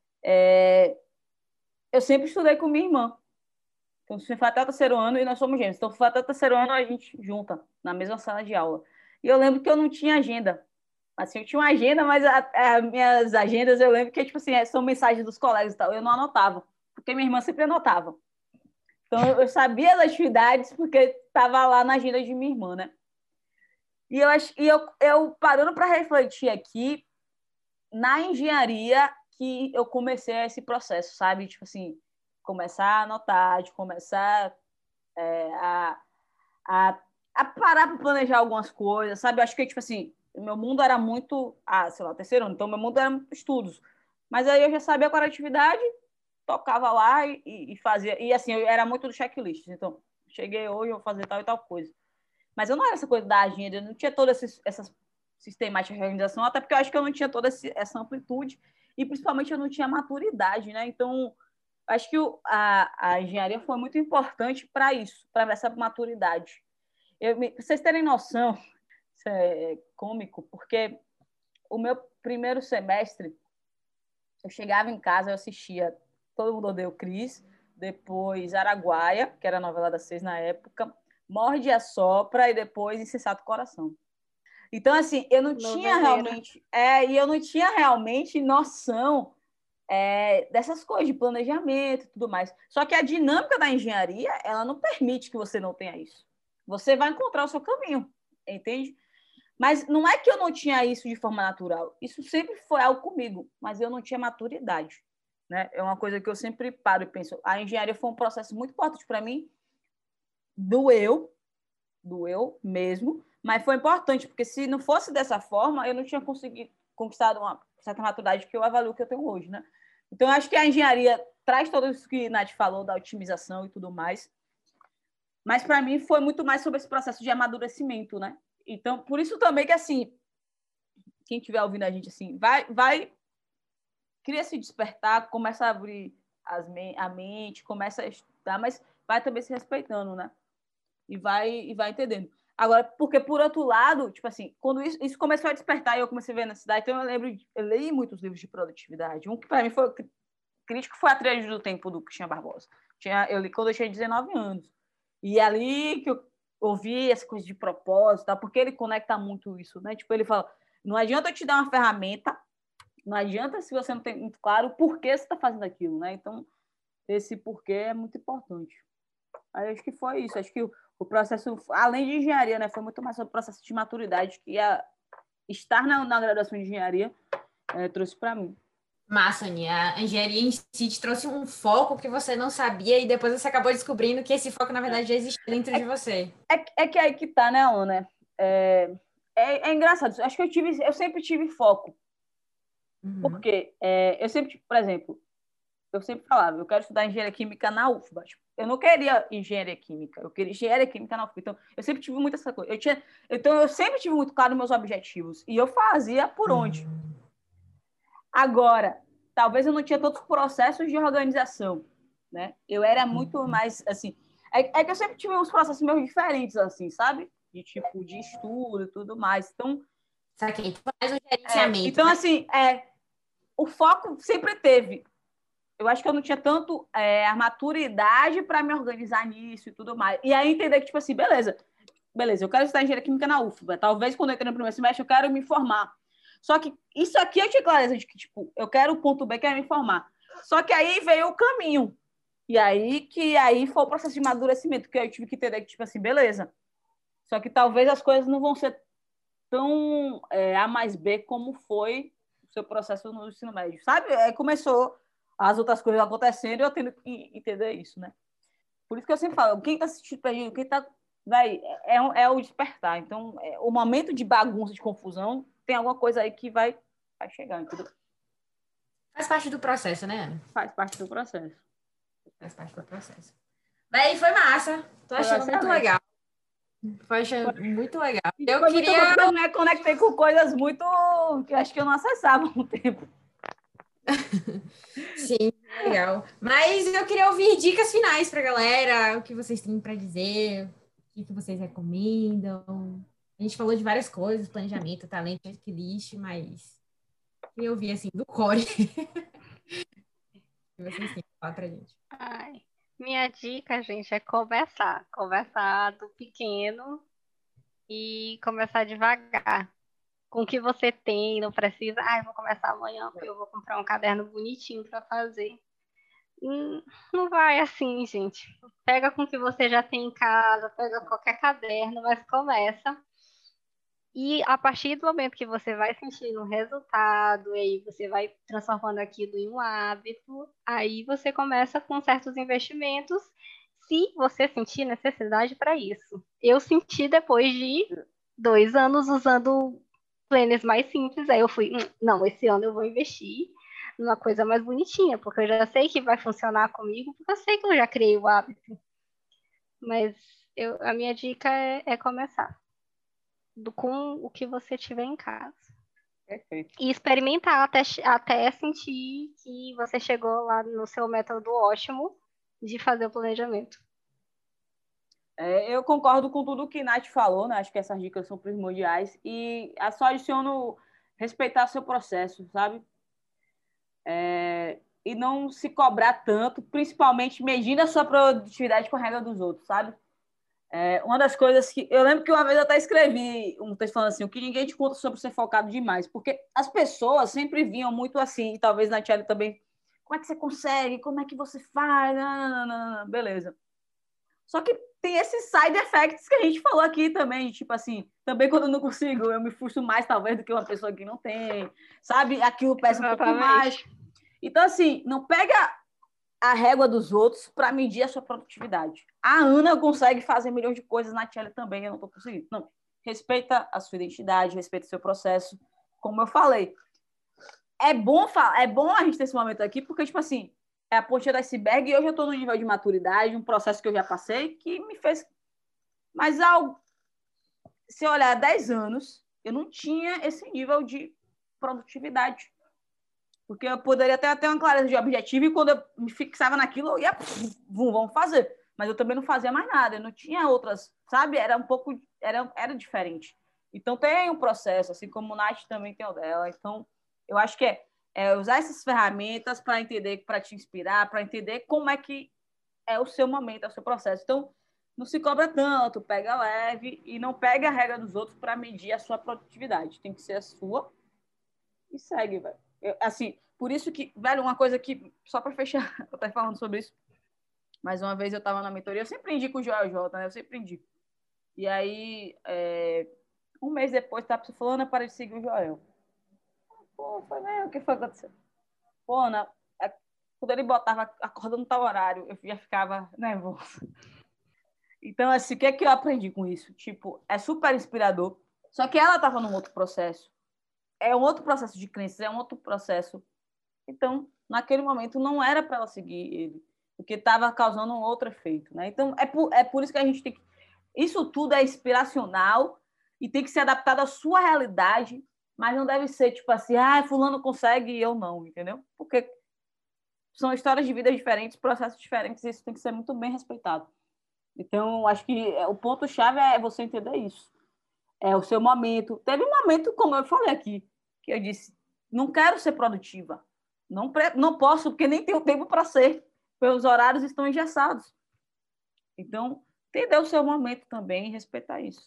É, eu sempre estudei com minha irmã. Então, se foi até o terceiro ano e nós somos gêmeos. Então, se foi até o terceiro ano, a gente junta na mesma sala de aula. E eu lembro que eu não tinha agenda. Assim, eu tinha uma agenda, mas as minhas agendas, eu lembro que, tipo assim, são mensagens dos colegas e tal. Eu não anotava, porque minha irmã sempre anotava. Então, eu sabia das atividades porque estava lá na agenda de minha irmã, né? E eu, acho, e eu, eu parando para refletir aqui, na engenharia que eu comecei esse processo, sabe? Tipo assim, começar a anotar, de começar é, a, a, a parar para planejar algumas coisas, sabe? Eu acho que, tipo assim, o meu mundo era muito, ah, sei lá, terceiro ano, então meu mundo era estudos. Mas aí eu já sabia qual era a atividade, tocava lá e, e fazia. E assim, eu era muito do checklist. Então, cheguei hoje, eu vou fazer tal e tal coisa. Mas eu não era essa coisa da agenda, eu não tinha toda essa, essa sistemática de organização, até porque eu acho que eu não tinha toda essa amplitude e principalmente eu não tinha maturidade, né? Então, acho que o, a, a engenharia foi muito importante para isso, para essa maturidade. Eu, pra vocês terem noção, isso é cômico, porque o meu primeiro semestre, eu chegava em casa, eu assistia Todo Mundo Odeia o Chris, depois Araguaia, que era a novela das seis na época, Morde e Assopra e depois Insensato Coração. Então, assim, eu não tinha realmente... É, e eu não tinha realmente noção é, dessas coisas, de planejamento e tudo mais. Só que a dinâmica da engenharia, ela não permite que você não tenha isso. Você vai encontrar o seu caminho, entende? Mas não é que eu não tinha isso de forma natural. Isso sempre foi algo comigo, mas eu não tinha maturidade. Né? É uma coisa que eu sempre paro e penso. A engenharia foi um processo muito importante para mim, do eu, do eu mesmo, mas foi importante, porque se não fosse dessa forma, eu não tinha conseguido conquistar uma certa maturidade que eu avalio que eu tenho hoje. Né? Então, eu acho que a engenharia traz tudo isso que a Nath falou, da otimização e tudo mais, mas para mim foi muito mais sobre esse processo de amadurecimento, né? Então, por isso também que, assim, quem estiver ouvindo a gente, assim, vai, vai, queria se despertar, começa a abrir as, a mente, começa a estudar, mas vai também se respeitando, né? E vai, e vai entendendo. Agora, porque, por outro lado, tipo assim, quando isso, isso começou a despertar e eu comecei a ver na cidade, então eu lembro, eu li muitos livros de produtividade. Um que, para mim, foi crítico foi A Trilha do Tempo, do Cristian Barbosa. Tinha, eu li quando eu tinha dezenove anos. E ali que eu ouvi essa coisa de propósito, tá? Porque ele conecta muito isso, né? Tipo, ele fala, não adianta eu te dar uma ferramenta, não adianta se você não tem muito claro o porquê você está fazendo aquilo, né? Então, esse porquê é muito importante. Aí acho que foi isso. Acho que o, o processo, além de engenharia, né? Foi muito mais sobre o processo de maturidade que a, estar na, na graduação de engenharia é, trouxe para mim. Massa, Aninha. A engenharia em si te trouxe um foco que você não sabia e depois você acabou descobrindo que esse foco, na verdade, já existia dentro é, de você. É, é que aí que tá, né, Ana? É, é, é engraçado. Acho que eu, tive, eu sempre tive foco. Uhum. Porque é, eu sempre, por exemplo, eu sempre falava, eu quero estudar engenharia química na U F B A. Tipo, eu não queria engenharia química, eu queria engenharia química na U F B A. Então, eu sempre tive muito essa coisa. Eu tinha, então, eu sempre tive muito claro meus objetivos. E eu fazia por onde. Uhum. Agora, talvez eu não tinha todos os processos de organização, né? Eu era muito mais, assim... É, é que eu sempre tive uns processos meio diferentes, assim, sabe? De tipo, de estudo e tudo mais. Então... Saquei. Então, mais um gerenciamento. É, então, né? Assim, é, o foco sempre teve. Eu acho que eu não tinha tanto é, a maturidade para me organizar nisso e tudo mais. E aí entender que, tipo assim, beleza, beleza, eu quero estudar engenharia química na U F B A. Talvez quando eu entrei no primeiro semestre eu quero me formar. Só que isso aqui eu tinha clareza de que, tipo, eu quero o ponto B, que é me formar. Só que aí veio o caminho. E aí que aí foi o processo de amadurecimento, que eu tive que entender que, tipo assim, beleza. Só que talvez as coisas não vão ser tão é, A mais B como foi o seu processo no ensino médio, sabe? Aí começou as outras coisas acontecendo e eu tendo que entender isso, né? Por isso que eu sempre falo, quem está assistindo perdido, quem está... Vai, é, é o despertar. Então, é, o momento de bagunça, de confusão, tem alguma coisa aí que vai, vai chegar, entendeu? Faz parte do processo, né, Ana? Faz parte do processo. Faz parte do processo. Daí foi massa. Tô achando foi muito legal. Foi achando foi. muito legal. E eu foi queria... Muito bom, eu me conectei com coisas muito... que acho que eu não acessava há um tempo. Sim, legal. Mas eu queria ouvir dicas finais pra galera, o que vocês têm para dizer, o que que vocês recomendam. A gente falou de várias coisas, planejamento, talento, checklist, mas queria ouvir assim do core que vocês têm para falar pra gente. Ai, minha dica, gente, é começar. Começar do pequeno e começar devagar. Com o que você tem, não precisa. Ah, eu vou começar amanhã, porque eu vou comprar um caderno bonitinho para fazer. Hum, Não vai assim, gente. Pega com o que você já tem em casa, pega qualquer caderno, mas começa. E a partir do momento que você vai sentindo um resultado, e aí você vai transformando aquilo em um hábito, aí você começa com certos investimentos, se você sentir necessidade para isso. Eu senti depois de dois anos usando planners mais simples, aí eu fui, "Hum, não, esse ano eu vou investir numa coisa mais bonitinha, porque eu já sei que vai funcionar comigo, porque eu sei que eu já criei o hábito. Mas eu, a minha dica é, é começar do, com o que você tiver em casa. Perfeito. E experimentar até, até sentir que você chegou lá no seu método ótimo de fazer o planejamento. É, eu concordo com tudo que Nath falou, né? Acho que essas dicas são primordiais. E eu só adiciono respeitar seu processo, sabe? É, e não se cobrar tanto, principalmente medindo a sua produtividade com a regra dos outros, sabe? É, uma das coisas que... Eu lembro que uma vez eu até escrevi um texto falando assim, o que ninguém te conta sobre ser focado demais, porque as pessoas sempre vinham muito assim, e talvez na Tiara também, como é que você consegue? Como é que você faz? Não, não, não, não. Beleza. Só que tem esses side effects que a gente falou aqui também, tipo assim, também quando eu não consigo, eu me frustro mais talvez do que uma pessoa que não tem, sabe? Aquilo pesa um pouco mais. Então, assim, não pega a régua dos outros para medir a sua produtividade. A Ana consegue fazer milhões de coisas, na Tchelle também, eu não estou conseguindo. Não, respeita a sua identidade, respeita o seu processo, como eu falei. É bom, é bom a gente ter esse momento aqui, porque, tipo assim, é a pontinha do iceberg e eu já estou no nível de maturidade, um processo que eu já passei, que me fez... Mas, ao... se eu olhar dez anos, eu não tinha esse nível de produtividade. Porque eu poderia até ter uma clareza de objetivo e quando eu me fixava naquilo, eu ia, vum, vamos fazer. Mas eu também não fazia mais nada, eu não tinha outras, sabe? Era um pouco, era, era diferente. Então tem um processo, assim como o Nath também tem o dela. Então, eu acho que é, é usar essas ferramentas para entender, para te inspirar, para entender como é que é o seu momento, é o seu processo. Então, não se cobra tanto, pega leve e não pega a regra dos outros para medir a sua produtividade. Tem que ser a sua e segue, velho. Eu, assim, por isso que, velho, uma coisa que, só para fechar, eu tô falando sobre isso, mas uma vez eu tava na mentoria, eu sempre indico o Joel J, né? Eu sempre indico. E aí, é, um mês depois, tá falando, para de seguir o Joel. Pô, foi mesmo, o que foi que aconteceu? Pô, Ana, quando ele botava acordando tal horário, eu já ficava nervoso. Então, assim, o que é que eu aprendi com isso? Tipo, é super inspirador, só que ela tava num outro processo. É um outro processo de crença, é um outro processo. Então, naquele momento, não era para ela seguir ele, porque estava causando um outro efeito, né? Então, é por, é por isso que a gente tem que... Isso tudo é inspiracional e tem que ser adaptado à sua realidade, mas não deve ser tipo assim, ah, fulano consegue e eu não, entendeu? Porque são histórias de vida diferentes, processos diferentes, e isso tem que ser muito bem respeitado. Então, acho que o ponto-chave é você entender isso. É o seu momento. Teve um momento, como eu falei aqui, que eu disse, não quero ser produtiva. Não, não posso, porque nem tenho tempo para ser. Porque os horários estão engessados. Então, entender o seu momento também e respeitar isso.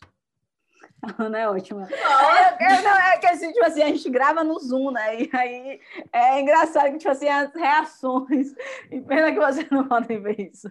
A Ana é ótima. É, é, não, é que assim, tipo assim, a gente grava no Zoom, né? E aí é engraçado que, tipo assim, as reações. E pena que vocês não podem ver isso.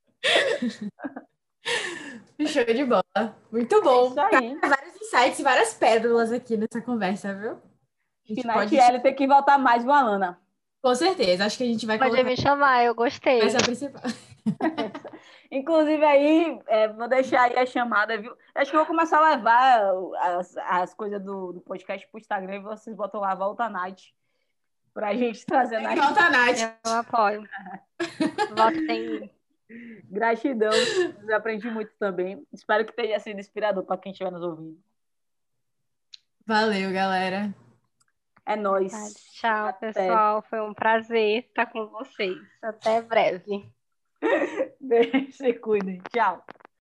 Show de bola. Muito bom. É isso aí. Tá, vários insights e várias pérolas aqui nessa conversa, viu? Final de L tem que voltar mais com a Ana. Com certeza. Acho que a gente vai Pode colocar... me chamar, eu gostei. Essa é a principal. Inclusive, aí, é, vou deixar aí a chamada, viu? Acho que eu vou começar a levar as, as coisas do, do podcast pro Instagram e vocês botam lá Volta Night pra gente trazer Night. Volta Night. Eu apoio. Votem. Gratidão. Eu aprendi muito também. Espero que tenha sido inspirador para quem estiver nos ouvindo. Valeu, galera. É nóis. Tchau, Até. pessoal. Foi um prazer estar com vocês. Até breve. Beijo, se cuidem. Tchau.